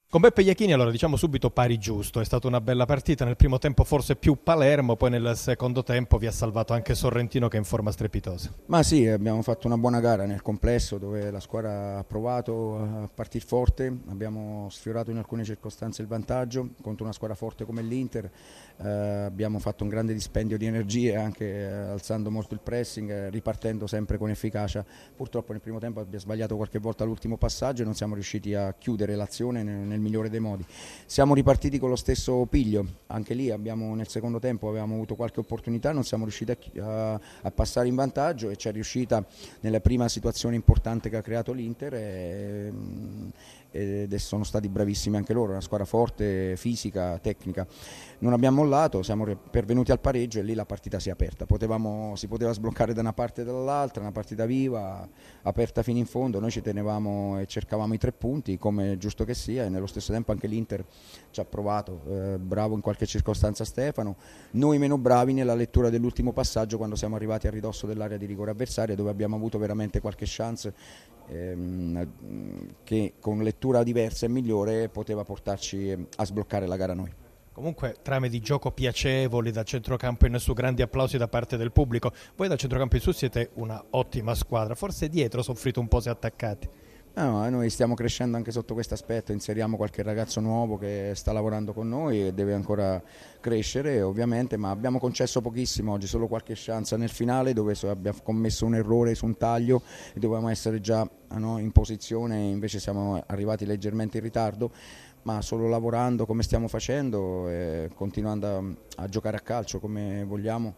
Con Beppe Iachini, allora diciamo subito pari giusto, è stata una bella partita, nel primo tempo forse più Palermo, poi nel secondo tempo vi ha salvato anche Sorrentino che è in forma strepitosa. Ma sì, abbiamo fatto una buona gara nel complesso dove la squadra ha provato a partire forte, abbiamo sfiorato in alcune circostanze il vantaggio contro una squadra forte come l'Inter, abbiamo fatto un grande dispendio di energie anche alzando molto il pressing, ripartendo sempre con efficacia. Purtroppo nel primo tempo abbiamo sbagliato qualche volta l'ultimo passaggio e non siamo riusciti a chiudere l'azione nel migliore dei modi. Siamo ripartiti con lo stesso piglio, anche lì nel secondo tempo avevamo avuto qualche opportunità, non siamo riusciti a passare in vantaggio e ci è riuscita nella prima situazione importante che ha creato l'Inter e sono stati bravissimi anche loro, una squadra forte, fisica, tecnica. Non abbiamo mollato, siamo pervenuti al pareggio e lì la partita si è aperta. Si poteva sbloccare da una parte e dall'altra, una partita viva, aperta fino in fondo. Noi ci tenevamo e cercavamo i 3 punti come giusto che sia e nello stesso tempo anche l'Inter ci ha provato, bravo in qualche circostanza Stefano, noi meno bravi nella lettura dell'ultimo passaggio quando siamo arrivati a ridosso dell'area di rigore avversaria dove abbiamo avuto veramente qualche chance che con lettura diversa e migliore poteva portarci a sbloccare la gara noi. Comunque trame di gioco piacevoli dal centrocampo in su, grandi applausi da parte del pubblico. Voi dal centrocampo in su siete una ottima squadra, forse dietro soffrite un po' se attaccati. No, noi stiamo crescendo anche sotto questo aspetto, inseriamo qualche ragazzo nuovo che sta lavorando con noi e deve ancora crescere ovviamente, ma abbiamo concesso pochissimo oggi, solo qualche chance nel finale dove abbiamo commesso un errore su un taglio e dovevamo essere già in posizione, invece siamo arrivati leggermente in ritardo, ma solo lavorando come stiamo facendo e continuando a giocare a calcio come vogliamo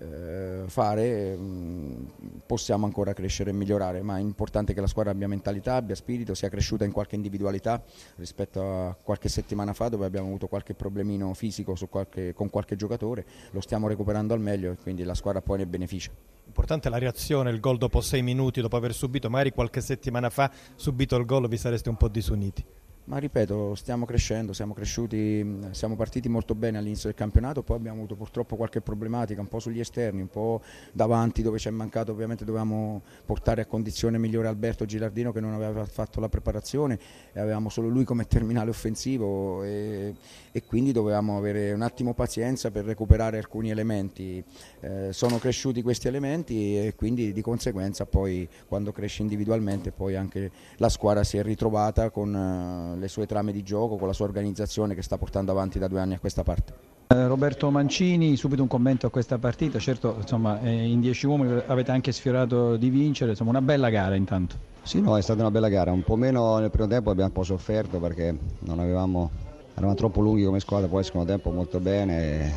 fare, possiamo ancora crescere e migliorare, ma è importante che la squadra abbia mentalità, abbia spirito, sia cresciuta in qualche individualità rispetto a qualche settimana fa dove abbiamo avuto qualche problemino fisico con qualche giocatore, lo stiamo recuperando al meglio e quindi la squadra poi ne beneficia. Importante la reazione, il gol dopo 6 minuti, dopo aver subito, magari qualche settimana fa subito il gol vi sareste un po' disuniti. Ma ripeto, stiamo crescendo, siamo cresciuti, siamo partiti molto bene all'inizio del campionato, poi abbiamo avuto purtroppo qualche problematica, un po' sugli esterni, un po' davanti dove ci è mancato, ovviamente dovevamo portare a condizione migliore Alberto Gilardino che non aveva fatto la preparazione e avevamo solo lui come terminale offensivo e quindi dovevamo avere un attimo pazienza per recuperare alcuni elementi. Sono cresciuti questi elementi e quindi di conseguenza poi quando cresci individualmente poi anche la squadra si è ritrovata con le sue trame di gioco, con la sua organizzazione che sta portando avanti da 2 anni a questa parte. Roberto Mancini, subito un commento a questa partita, certo insomma, in 10 uomini avete anche sfiorato di vincere, insomma una bella gara intanto. Sì, no, è stata una bella gara, un po' meno nel primo tempo abbiamo un po' sofferto perché eravamo troppo lunghi come squadra, poi nel secondo tempo molto bene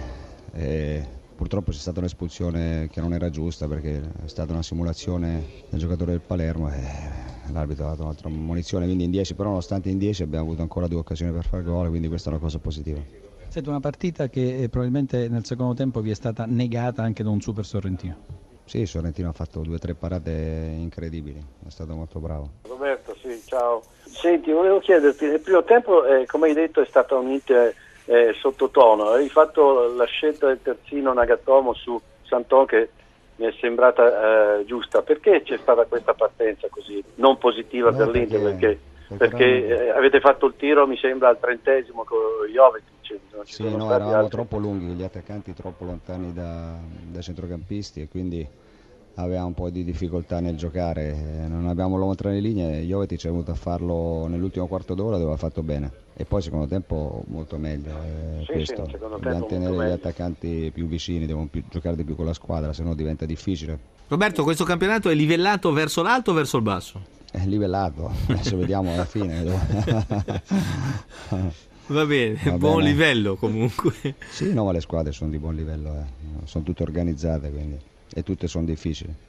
e purtroppo c'è stata un'espulsione che non era giusta perché è stata una simulazione del giocatore del Palermo e l'arbitro ha dato un'altra munizione, quindi in 10, però nonostante in 10 abbiamo avuto ancora 2 occasioni per far gol, quindi questa è una cosa positiva. Senti, una partita che probabilmente nel secondo tempo vi è stata negata anche da un super Sorrentino. Sì, Sorrentino ha fatto 2 o 3 parate incredibili, è stato molto bravo. Roberto, sì, ciao. Senti, volevo chiederti, nel primo tempo, come hai detto, è stata un Inter sottotono, hai fatto la scelta del terzino Nagatomo su Santon che mi è sembrata giusta, perché c'è stata questa partenza così non positiva per l'Inter? Perché avete fatto il tiro mi sembra al 30° con Jovetic. Sì, no, eravamo troppo lunghi, gli attaccanti troppo lontani dai centrocampisti e quindi aveva un po' di difficoltà nel giocare, non abbiamo l'uomo tra le linee, Jovetic è venuto a farlo nell'ultimo quarto d'ora dove ha fatto bene e poi secondo tempo molto meglio, questo, dobbiamo tenere gli attaccanti più vicini, devono giocare di più con la squadra, se no diventa difficile. Roberto, questo campionato è livellato verso l'alto o verso il basso? È livellato, adesso vediamo alla fine. Va bene, buon livello comunque. Sì, no, ma le squadre sono di buon livello, sono tutte organizzate quindi. E tutte sono difficili.